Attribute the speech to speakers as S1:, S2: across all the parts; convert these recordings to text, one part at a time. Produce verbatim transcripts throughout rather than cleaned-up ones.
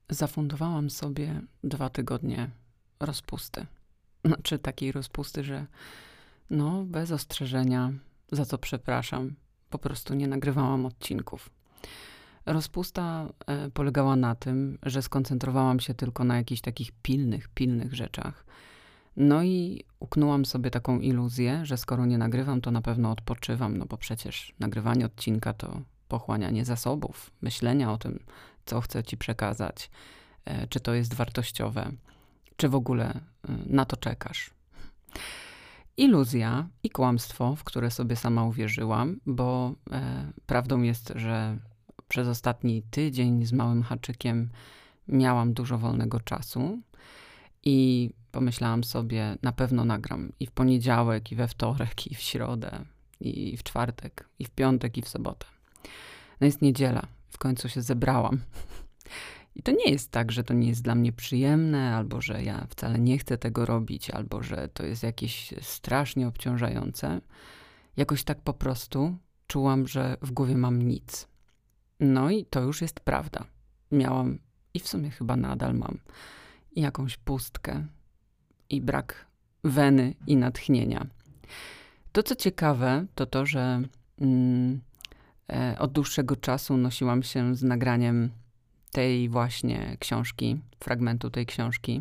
S1: Zafundowałam sobie dwa tygodnie rozpusty. Znaczy takiej rozpusty, że no bez ostrzeżenia, za co przepraszam, po prostu nie nagrywałam odcinków. Rozpusta e, polegała na tym, że skoncentrowałam się tylko na jakichś takich pilnych, pilnych rzeczach. No i uknęłam sobie taką iluzję, że skoro nie nagrywam, to na pewno odpoczywam, no bo przecież nagrywanie odcinka to pochłanianie zasobów, myślenia o tym, co chcę ci przekazać, e, czy to jest wartościowe, czy w ogóle e, na to czekasz. Iluzja i kłamstwo, w które sobie sama uwierzyłam, bo e, prawdą jest, że przez ostatni tydzień z małym haczykiem miałam dużo wolnego czasu i pomyślałam sobie, na pewno nagram i w poniedziałek, i we wtorek, i w środę, i w czwartek, i w piątek, i w sobotę. No jest niedziela, w końcu się zebrałam. I to nie jest tak, że to nie jest dla mnie przyjemne, albo że ja wcale nie chcę tego robić, albo że to jest jakieś strasznie obciążające. Jakoś tak po prostu czułam, że w głowie mam nic. No i to już jest prawda. Miałam i w sumie chyba nadal mam i jakąś pustkę i brak weny i natchnienia. To, co ciekawe, to to, że mm, e, od dłuższego czasu nosiłam się z nagraniem tej właśnie książki, fragmentu tej książki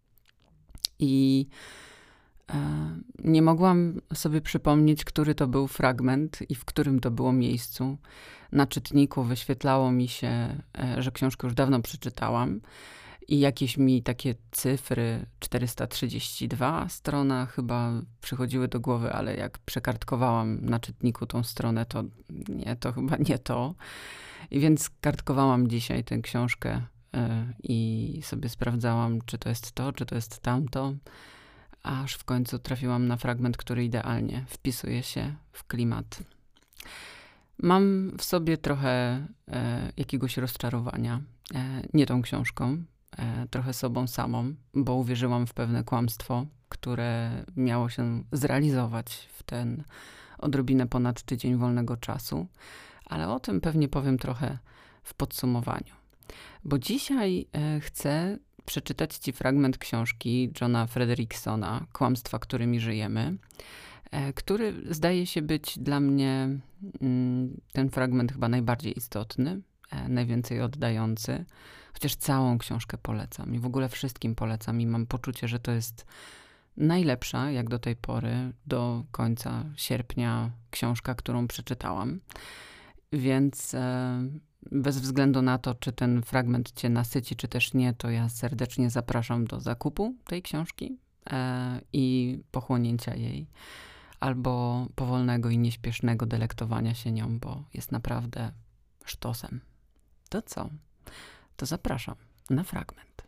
S1: i e, nie mogłam sobie przypomnieć, który to był fragment i w którym to było miejscu. Na czytniku wyświetlało mi się, e, że książkę już dawno przeczytałam i jakieś mi takie cyfry czterysta trzydzieści dwa strona chyba przychodziły do głowy, ale jak przekartkowałam na czytniku tą stronę, to nie, to chyba nie to. I więc kartkowałam dzisiaj tę książkę y, i sobie sprawdzałam, czy to jest to, czy to jest tamto, aż w końcu trafiłam na fragment, który idealnie wpisuje się w klimat. Mam w sobie trochę y, jakiegoś rozczarowania, y, nie tą książką, y, trochę sobą samą, bo uwierzyłam w pewne kłamstwo, które miało się zrealizować w ten odrobinę ponad tydzień wolnego czasu. Ale o tym pewnie powiem trochę w podsumowaniu. Bo dzisiaj e, chcę przeczytać ci fragment książki Johna Fredericksona, Kłamstwa, którymi żyjemy, e, który zdaje się być dla mnie mm, ten fragment chyba najbardziej istotny, e, najwięcej oddający. Chociaż całą książkę polecam i w ogóle wszystkim polecam i mam poczucie, że to jest najlepsza, jak do tej pory, do końca sierpnia książka, którą przeczytałam. Więc e, bez względu na to, czy ten fragment cię nasyci, czy też nie, to ja serdecznie zapraszam do zakupu tej książki e, i pochłonięcia jej, albo powolnego i nieśpiesznego delektowania się nią, bo jest naprawdę sztosem. To co? To zapraszam na fragment.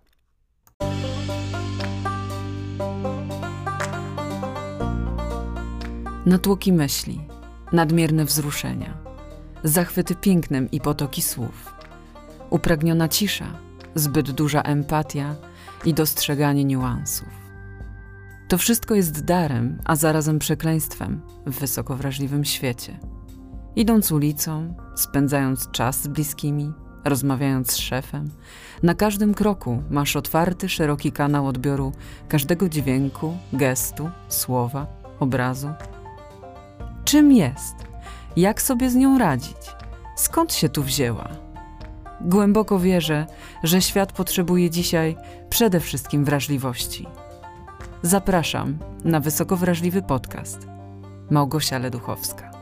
S1: Natłoki myśli, nadmierne wzruszenia, zachwyty pięknem i potoki słów, upragniona cisza, zbyt duża empatia i dostrzeganie niuansów. To wszystko jest darem, a zarazem przekleństwem w wysoko wrażliwym świecie. Idąc ulicą, spędzając czas z bliskimi, rozmawiając z szefem, na każdym kroku masz otwarty, szeroki kanał odbioru każdego dźwięku, gestu, słowa, obrazu. Czym jest? Jak sobie z nią radzić? Skąd się tu wzięła? Głęboko wierzę, że świat potrzebuje dzisiaj przede wszystkim wrażliwości. Zapraszam na wysoko wrażliwy podcast. Małgosia Leduchowska.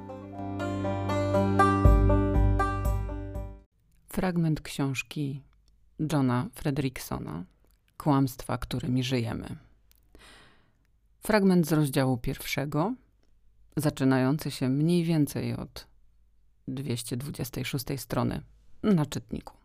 S1: Fragment książki Johna Fredericksona Kłamstwa, którymi żyjemy. Fragment z rozdziału pierwszego, zaczynający się mniej więcej od dwieście dwudziestej szóstej strony na czytniku.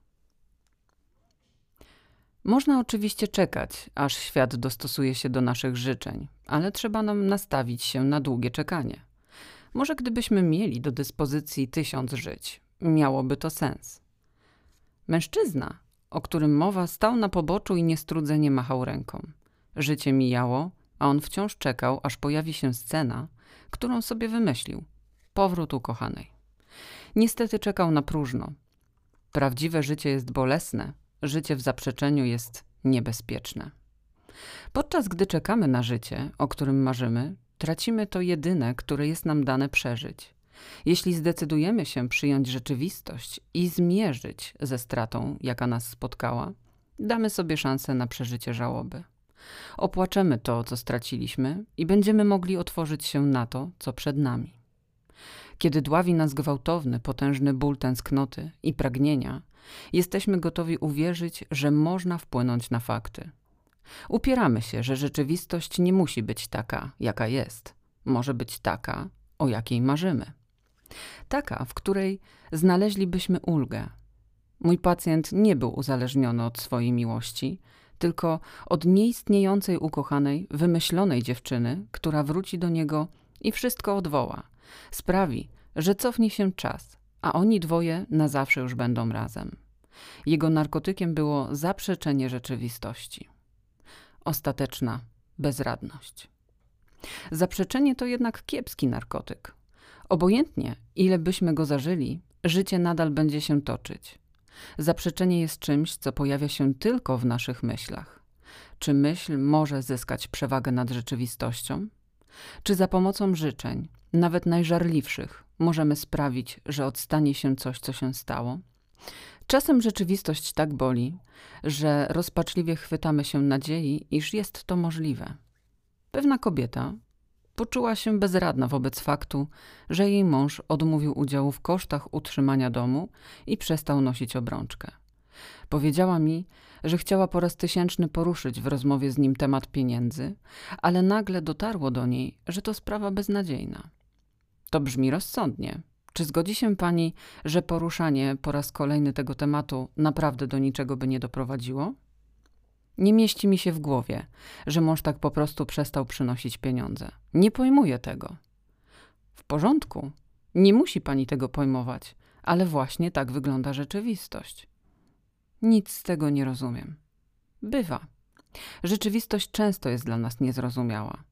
S1: Można oczywiście czekać, aż świat dostosuje się do naszych życzeń, ale trzeba nam nastawić się na długie czekanie. Może gdybyśmy mieli do dyspozycji tysiąc żyć, miałoby to sens. Mężczyzna, o którym mowa, stał na poboczu i niestrudzenie machał ręką. Życie mijało, a on wciąż czekał, aż pojawi się scena, którą sobie wymyślił. Powrót ukochanej. Niestety czekał na próżno. Prawdziwe życie jest bolesne, życie w zaprzeczeniu jest niebezpieczne. Podczas gdy czekamy na życie, o którym marzymy, tracimy to jedyne, które jest nam dane przeżyć. Jeśli zdecydujemy się przyjąć rzeczywistość i zmierzyć ze stratą, jaka nas spotkała, damy sobie szansę na przeżycie żałoby. Opłaczemy to, co straciliśmy i będziemy mogli otworzyć się na to, co przed nami. Kiedy dławi nas gwałtowny, potężny ból tęsknoty i pragnienia, jesteśmy gotowi uwierzyć, że można wpłynąć na fakty. Upieramy się, że rzeczywistość nie musi być taka, jaka jest. Może być taka, o jakiej marzymy. Taka, w której znaleźlibyśmy ulgę. Mój pacjent nie był uzależniony od swojej miłości, tylko od nieistniejącej ukochanej, wymyślonej dziewczyny, która wróci do niego i wszystko odwoła. Sprawi, że cofnie się czas, a oni dwoje na zawsze już będą razem. Jego narkotykiem było zaprzeczenie rzeczywistości. Ostateczna bezradność. Zaprzeczenie to jednak kiepski narkotyk. Obojętnie, ile byśmy go zażyli, życie nadal będzie się toczyć. Zaprzeczenie jest czymś, co pojawia się tylko w naszych myślach. Czy myśl może zyskać przewagę nad rzeczywistością? Czy za pomocą życzeń, nawet najżarliwszych, możemy sprawić, że odstanie się coś, co się stało? Czasem rzeczywistość tak boli, że rozpaczliwie chwytamy się nadziei, iż jest to możliwe. Pewna kobieta poczuła się bezradna wobec faktu, że jej mąż odmówił udziału w kosztach utrzymania domu i przestał nosić obrączkę. Powiedziała mi, że chciała po raz tysięczny poruszyć w rozmowie z nim temat pieniędzy, ale nagle dotarło do niej, że to sprawa beznadziejna. To brzmi rozsądnie. Czy zgodzi się pani, że poruszanie po raz kolejny tego tematu naprawdę do niczego by nie doprowadziło? Nie mieści mi się w głowie, że mąż tak po prostu przestał przynosić pieniądze. Nie pojmuję tego. W porządku, nie musi pani tego pojmować, ale właśnie tak wygląda rzeczywistość. Nic z tego nie rozumiem. Bywa. Rzeczywistość często jest dla nas niezrozumiała.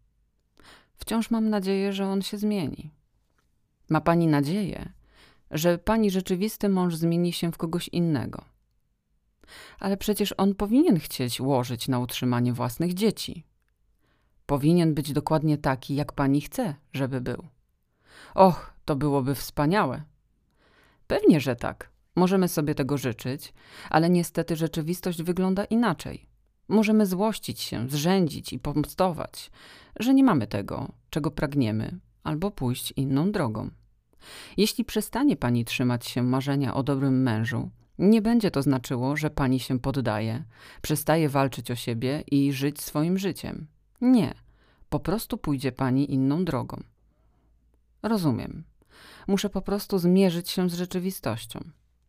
S1: Wciąż mam nadzieję, że on się zmieni. Ma pani nadzieję, że pani rzeczywisty mąż zmieni się w kogoś innego. Ale przecież on powinien chcieć łożyć na utrzymanie własnych dzieci. Powinien być dokładnie taki, jak pani chce, żeby był. Och, to byłoby wspaniałe. Pewnie, że tak. Możemy sobie tego życzyć, ale niestety rzeczywistość wygląda inaczej. Możemy złościć się, zrzędzić i pomstować, że nie mamy tego, czego pragniemy, albo pójść inną drogą. Jeśli przestanie pani trzymać się marzenia o dobrym mężu, nie będzie to znaczyło, że pani się poddaje, przestaje walczyć o siebie i żyć swoim życiem. Nie, po prostu pójdzie pani inną drogą. Rozumiem. Muszę po prostu zmierzyć się z rzeczywistością.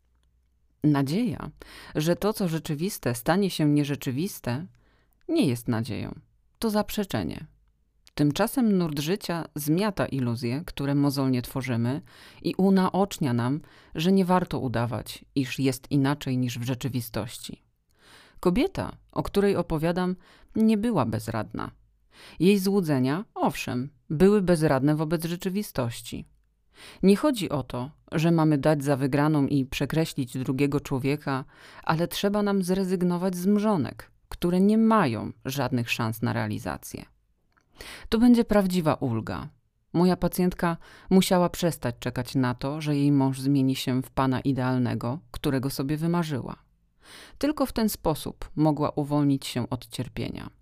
S1: Nadzieja, że to, co rzeczywiste, stanie się nierzeczywiste, nie jest nadzieją. To zaprzeczenie. Tymczasem nurt życia zmiata iluzje, które mozolnie tworzymy i unaocznia nam, że nie warto udawać, iż jest inaczej niż w rzeczywistości. Kobieta, o której opowiadam, nie była bezradna. Jej złudzenia, owszem, były bezradne wobec rzeczywistości. Nie chodzi o to, że mamy dać za wygraną i przekreślić drugiego człowieka, ale trzeba nam zrezygnować z mrzonek, które nie mają żadnych szans na realizację. To będzie prawdziwa ulga. Moja pacjentka musiała przestać czekać na to, że jej mąż zmieni się w pana idealnego, którego sobie wymarzyła. Tylko w ten sposób mogła uwolnić się od cierpienia.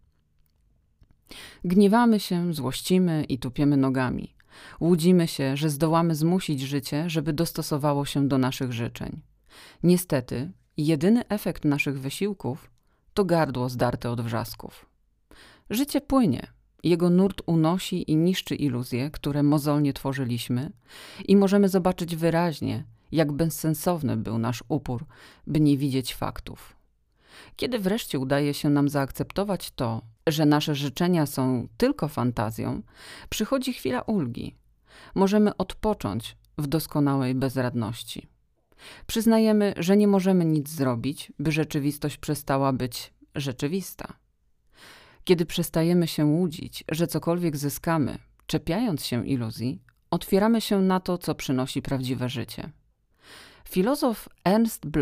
S1: Gniewamy się, złościmy i tupiemy nogami. Łudzimy się, że zdołamy zmusić życie, żeby dostosowało się do naszych życzeń. Niestety, jedyny efekt naszych wysiłków to gardło zdarte od wrzasków. Życie płynie. Jego nurt unosi i niszczy iluzje, które mozolnie tworzyliśmy i możemy zobaczyć wyraźnie, jak bezsensowny był nasz upór, by nie widzieć faktów. Kiedy wreszcie udaje się nam zaakceptować to, że nasze życzenia są tylko fantazją, przychodzi chwila ulgi. Możemy odpocząć w doskonałej bezradności. Przyznajemy, że nie możemy nic zrobić, by rzeczywistość przestała być rzeczywista. Kiedy przestajemy się łudzić, że cokolwiek zyskamy, czepiając się iluzji, otwieramy się na to, co przynosi prawdziwe życie. Filozof Ernst Bloch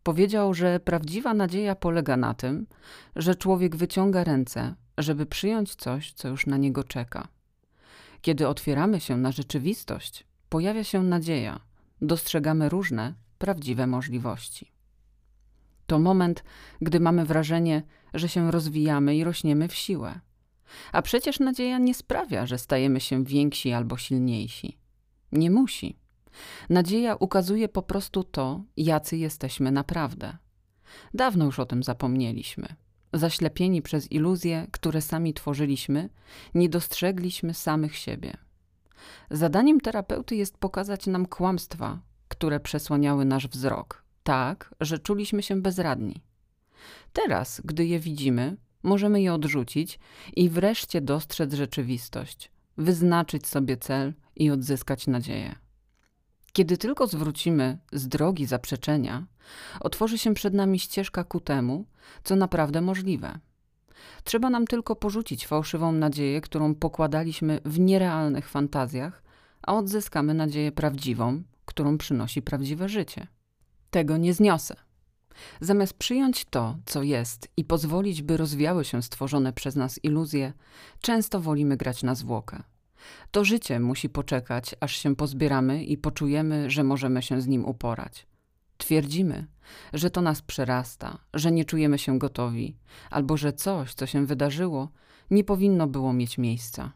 S1: Powiedział, że prawdziwa nadzieja polega na tym, że człowiek wyciąga ręce, żeby przyjąć coś, co już na niego czeka. Kiedy otwieramy się na rzeczywistość, pojawia się nadzieja, dostrzegamy różne, prawdziwe możliwości. To moment, gdy mamy wrażenie, że się rozwijamy i rośniemy w siłę. A przecież nadzieja nie sprawia, że stajemy się więksi albo silniejsi. Nie musi. Nadzieja ukazuje po prostu to, jacy jesteśmy naprawdę. Dawno już o tym zapomnieliśmy. Zaślepieni przez iluzje, które sami tworzyliśmy, nie dostrzegliśmy samych siebie. Zadaniem terapeuty jest pokazać nam kłamstwa, które przesłaniały nasz wzrok, tak, że czuliśmy się bezradni. Teraz, gdy je widzimy, możemy je odrzucić i wreszcie dostrzec rzeczywistość, wyznaczyć sobie cel i odzyskać nadzieję. Kiedy tylko zwrócimy z drogi zaprzeczenia, otworzy się przed nami ścieżka ku temu, co naprawdę możliwe. Trzeba nam tylko porzucić fałszywą nadzieję, którą pokładaliśmy w nierealnych fantazjach, a odzyskamy nadzieję prawdziwą, którą przynosi prawdziwe życie. Tego nie zniosę. Zamiast przyjąć to, co jest i pozwolić, by rozwiały się stworzone przez nas iluzje, często wolimy grać na zwłokę. To życie musi poczekać, aż się pozbieramy i poczujemy, że możemy się z nim uporać. Twierdzimy, że to nas przerasta, że nie czujemy się gotowi, albo że coś, co się wydarzyło, nie powinno było mieć miejsca.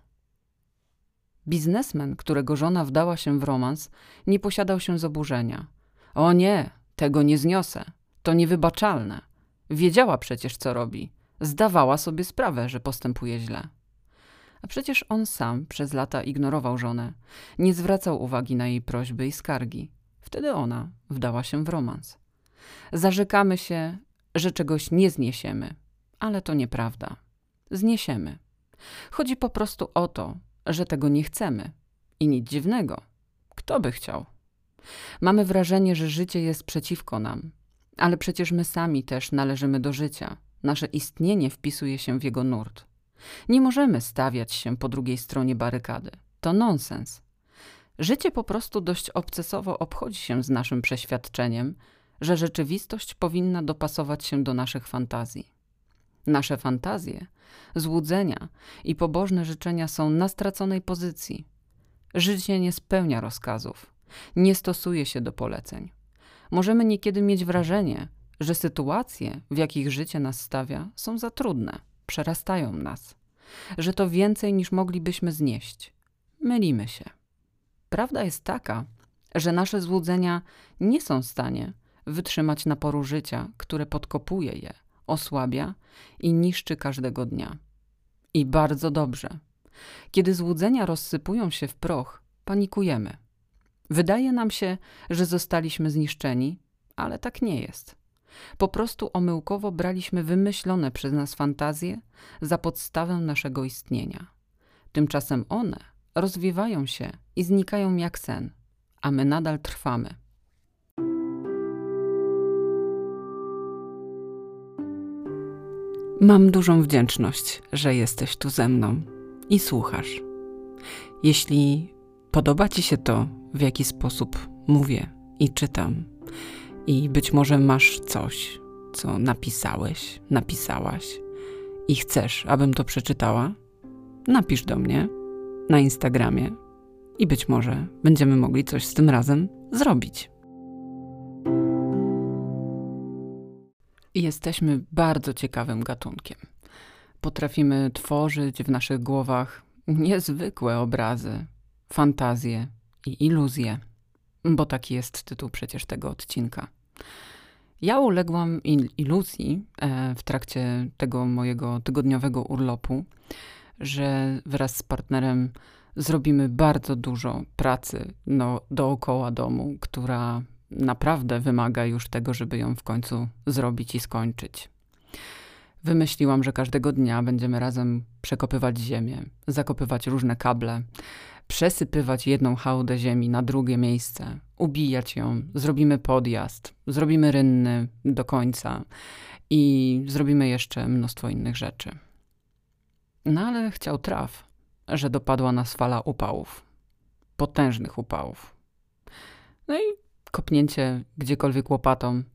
S1: Biznesmen, którego żona wdała się w romans, nie posiadał się z oburzenia. O nie, tego nie zniosę, to niewybaczalne. Wiedziała przecież, co robi. Zdawała sobie sprawę, że postępuje źle. A przecież on sam przez lata ignorował żonę, nie zwracał uwagi na jej prośby i skargi. Wtedy ona wdała się w romans. Zarzekamy się, że czegoś nie zniesiemy, ale to nieprawda. Zniesiemy. Chodzi po prostu o to, że tego nie chcemy. I nic dziwnego. Kto by chciał? Mamy wrażenie, że życie jest przeciwko nam, ale przecież my sami też należymy do życia. Nasze istnienie wpisuje się w jego nurt. Nie możemy stawiać się po drugiej stronie barykady. To nonsens. Życie po prostu dość obcesowo obchodzi się z naszym przeświadczeniem, że rzeczywistość powinna dopasować się do naszych fantazji. Nasze fantazje, złudzenia i pobożne życzenia są na straconej pozycji. Życie nie spełnia rozkazów, nie stosuje się do poleceń. Możemy niekiedy mieć wrażenie, że sytuacje, w jakich życie nas stawia, są za trudne, przerastają nas, że to więcej niż moglibyśmy znieść. Mylimy się. Prawda jest taka, że nasze złudzenia nie są w stanie wytrzymać naporu życia, które podkopuje je, osłabia i niszczy każdego dnia. I bardzo dobrze. Kiedy złudzenia rozsypują się w proch, panikujemy. Wydaje nam się, że zostaliśmy zniszczeni, ale tak nie jest. Po prostu omyłkowo braliśmy wymyślone przez nas fantazje za podstawę naszego istnienia. Tymczasem one rozwiewają się i znikają jak sen, a my nadal trwamy. Mam dużą wdzięczność, że jesteś tu ze mną i słuchasz. Jeśli podoba Ci się to, w jaki sposób mówię i czytam, i być może masz coś, co napisałeś, napisałaś i chcesz, abym to przeczytała, napisz do mnie na Instagramie i być może będziemy mogli coś z tym razem zrobić. Jesteśmy bardzo ciekawym gatunkiem. Potrafimy tworzyć w naszych głowach niezwykłe obrazy, fantazje i iluzje, bo taki jest tytuł przecież tego odcinka. Ja uległam il- iluzji e, w trakcie tego mojego tygodniowego urlopu, że wraz z partnerem zrobimy bardzo dużo pracy no, dookoła domu, która naprawdę wymaga już tego, żeby ją w końcu zrobić i skończyć. Wymyśliłam, że każdego dnia będziemy razem przekopywać ziemię, zakopywać różne kable, przesypywać jedną hałdę ziemi na drugie miejsce, ubijać ją, zrobimy podjazd, zrobimy rynny do końca i zrobimy jeszcze mnóstwo innych rzeczy. No ale chciał traf, że dopadła nas fala upałów, potężnych upałów. No i kopnięcie gdziekolwiek łopatą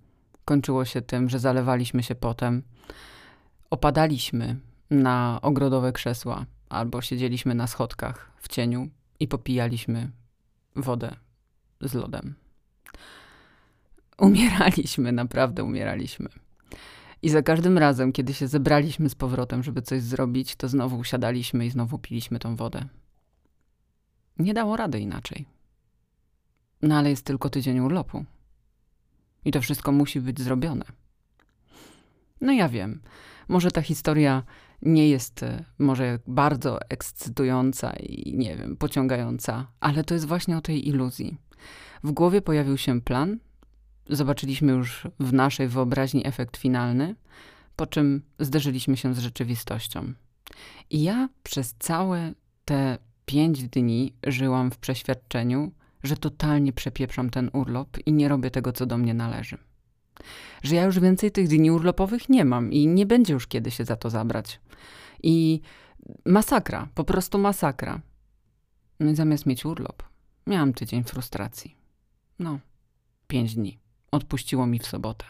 S1: kończyło się tym, że zalewaliśmy się potem, opadaliśmy na ogrodowe krzesła albo siedzieliśmy na schodkach w cieniu i popijaliśmy wodę z lodem. Umieraliśmy, naprawdę umieraliśmy. I za każdym razem, kiedy się zebraliśmy z powrotem, żeby coś zrobić, to znowu usiadaliśmy i znowu piliśmy tą wodę. Nie dało rady inaczej. No ale jest tylko tydzień urlopu. I to wszystko musi być zrobione. No ja wiem, może ta historia nie jest może bardzo ekscytująca i nie wiem, pociągająca, ale to jest właśnie o tej iluzji. W głowie pojawił się plan, zobaczyliśmy już w naszej wyobraźni efekt finalny, po czym zderzyliśmy się z rzeczywistością. I ja przez całe te pięć dni żyłam w przeświadczeniu, że totalnie przepieprzam ten urlop i nie robię tego, co do mnie należy. Że ja już więcej tych dni urlopowych nie mam i nie będzie już kiedy się za to zabrać. I masakra, po prostu masakra. No i zamiast mieć urlop, miałam tydzień frustracji. No, pięć dni. Odpuściło mi w sobotę.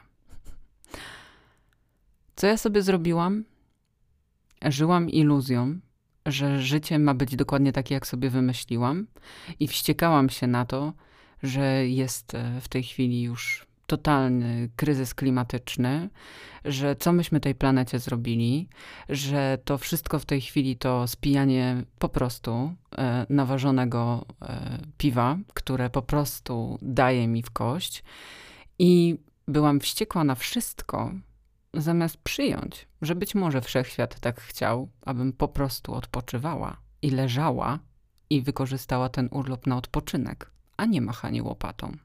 S1: Co ja sobie zrobiłam? Żyłam iluzją, że życie ma być dokładnie takie, jak sobie wymyśliłam i wściekałam się na to, że jest w tej chwili już totalny kryzys klimatyczny, że co myśmy tej planecie zrobili, że to wszystko w tej chwili to spijanie po prostu e, naważonego e, piwa, które po prostu daje mi w kość. I byłam wściekła na wszystko, zamiast przyjąć, że być może wszechświat tak chciał, abym po prostu odpoczywała i leżała i wykorzystała ten urlop na odpoczynek, a nie machanie łopatą.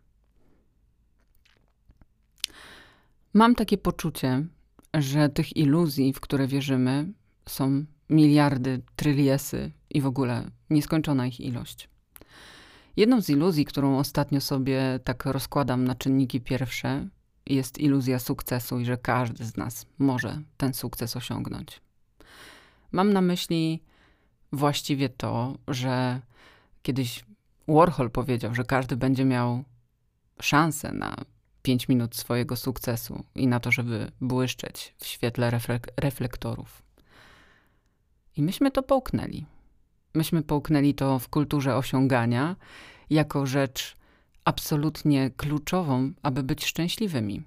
S1: Mam takie poczucie, że tych iluzji, w które wierzymy, są miliardy, tryliesy i w ogóle nieskończona ich ilość. Jedną z iluzji, którą ostatnio sobie tak rozkładam na czynniki pierwsze, jest iluzja sukcesu i że każdy z nas może ten sukces osiągnąć. Mam na myśli właściwie to, że kiedyś Warhol powiedział, że każdy będzie miał szansę na pięć minut swojego sukcesu i na to, żeby błyszczeć w świetle reflek- reflektorów. I myśmy to połknęli. Myśmy połknęli to w kulturze osiągania jako rzecz absolutnie kluczową, aby być szczęśliwymi.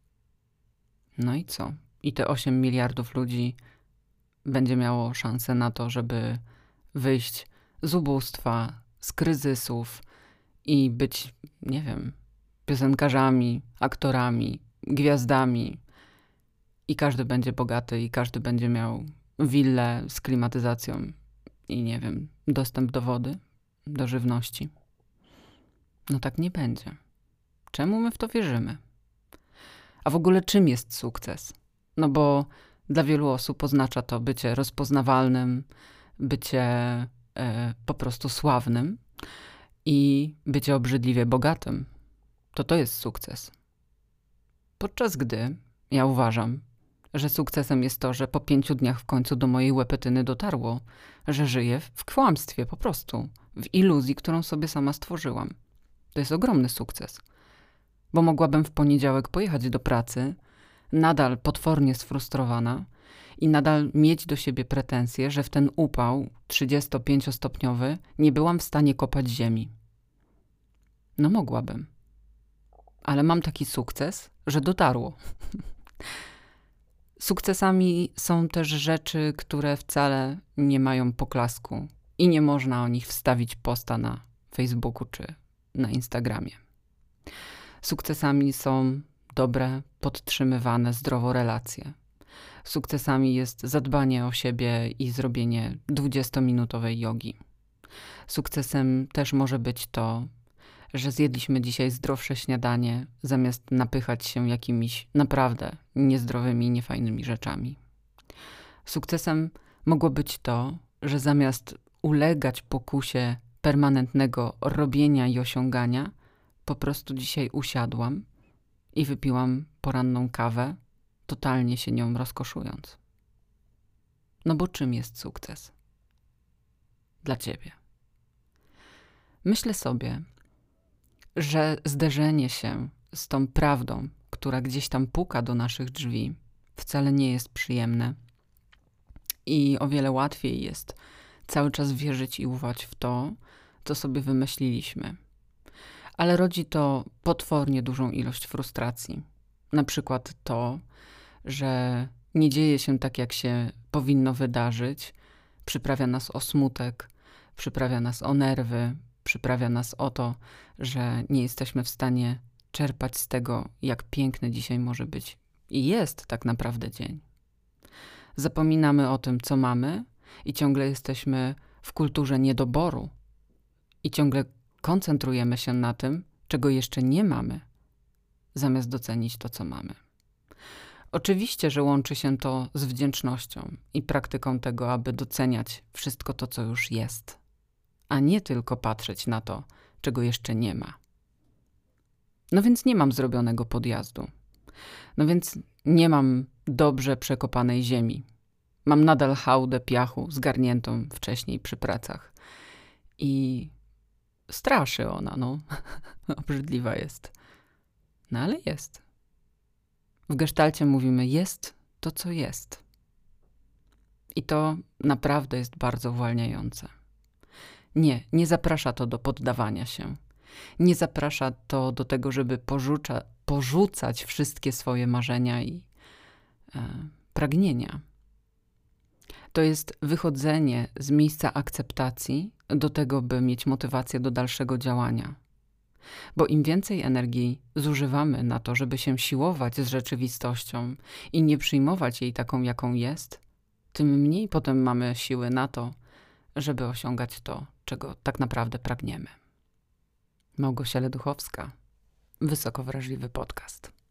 S1: No i co? I te osiem miliardów ludzi będzie miało szansę na to, żeby wyjść z ubóstwa, z kryzysów i być, nie wiem, piosenkarzami, aktorami, gwiazdami. I każdy będzie bogaty i każdy będzie miał willę z klimatyzacją i, nie wiem, dostęp do wody, do żywności. No tak nie będzie. Czemu my w to wierzymy? A w ogóle czym jest sukces? No bo dla wielu osób oznacza to bycie rozpoznawalnym, bycie e, po prostu sławnym i bycie obrzydliwie bogatym. To to jest sukces. Podczas gdy ja uważam, że sukcesem jest to, że po pięciu dniach w końcu do mojej łepetyny dotarło, że żyję w kłamstwie po prostu, w iluzji, którą sobie sama stworzyłam. To jest ogromny sukces, bo mogłabym w poniedziałek pojechać do pracy, nadal potwornie sfrustrowana i nadal mieć do siebie pretensje, że w ten upał trzydziestopięciostopniowy nie byłam w stanie kopać ziemi. No mogłabym, ale mam taki sukces, że dotarło. Sukcesami są też rzeczy, które wcale nie mają poklasku i nie można o nich wstawić posta na Facebooku czy na Instagramie. Sukcesami są dobre, podtrzymywane zdrowo relacje. Sukcesami jest zadbanie o siebie i zrobienie dwudziestominutowej jogi. Sukcesem też może być to, że zjedliśmy dzisiaj zdrowsze śniadanie, zamiast napychać się jakimiś naprawdę niezdrowymi, niefajnymi rzeczami. Sukcesem mogło być to, że zamiast ulegać pokusie permanentnego robienia i osiągania, po prostu dzisiaj usiadłam i wypiłam poranną kawę, totalnie się nią rozkoszując. No bo czym jest sukces? Dla ciebie. Myślę sobie, że zderzenie się z tą prawdą, która gdzieś tam puka do naszych drzwi, wcale nie jest przyjemne. I o wiele łatwiej jest cały czas wierzyć i ufać w to, co sobie wymyśliliśmy. Ale rodzi to potwornie dużą ilość frustracji. Na przykład to, że nie dzieje się tak, jak się powinno wydarzyć, przyprawia nas o smutek, przyprawia nas o nerwy, przyprawia nas o to, że nie jesteśmy w stanie czerpać z tego, jak piękny dzisiaj może być i jest tak naprawdę dzień. Zapominamy o tym, co mamy i ciągle jesteśmy w kulturze niedoboru i ciągle koncentrujemy się na tym, czego jeszcze nie mamy, zamiast docenić to, co mamy. Oczywiście, że łączy się to z wdzięcznością i praktyką tego, aby doceniać wszystko to, co już jest, a nie tylko patrzeć na to, czego jeszcze nie ma. No więc nie mam zrobionego podjazdu. No więc nie mam dobrze przekopanej ziemi. Mam nadal hałdę piachu zgarniętą wcześniej przy pracach. I straszy ona, no. Obrzydliwa jest. No ale jest. W gestalcie mówimy, jest to, co jest. I to naprawdę jest bardzo uwalniające. Nie, nie zaprasza to do poddawania się. Nie zaprasza to do tego, żeby porzuca, porzucać wszystkie swoje marzenia i e, pragnienia. To jest wychodzenie z miejsca akceptacji do tego, by mieć motywację do dalszego działania. Bo im więcej energii zużywamy na to, żeby się siłować z rzeczywistością i nie przyjmować jej taką, jaką jest, tym mniej potem mamy siły na to, żeby osiągać to, czego tak naprawdę pragniemy. Małgosia Leduchowska, Wysoko Wrażliwy Podcast.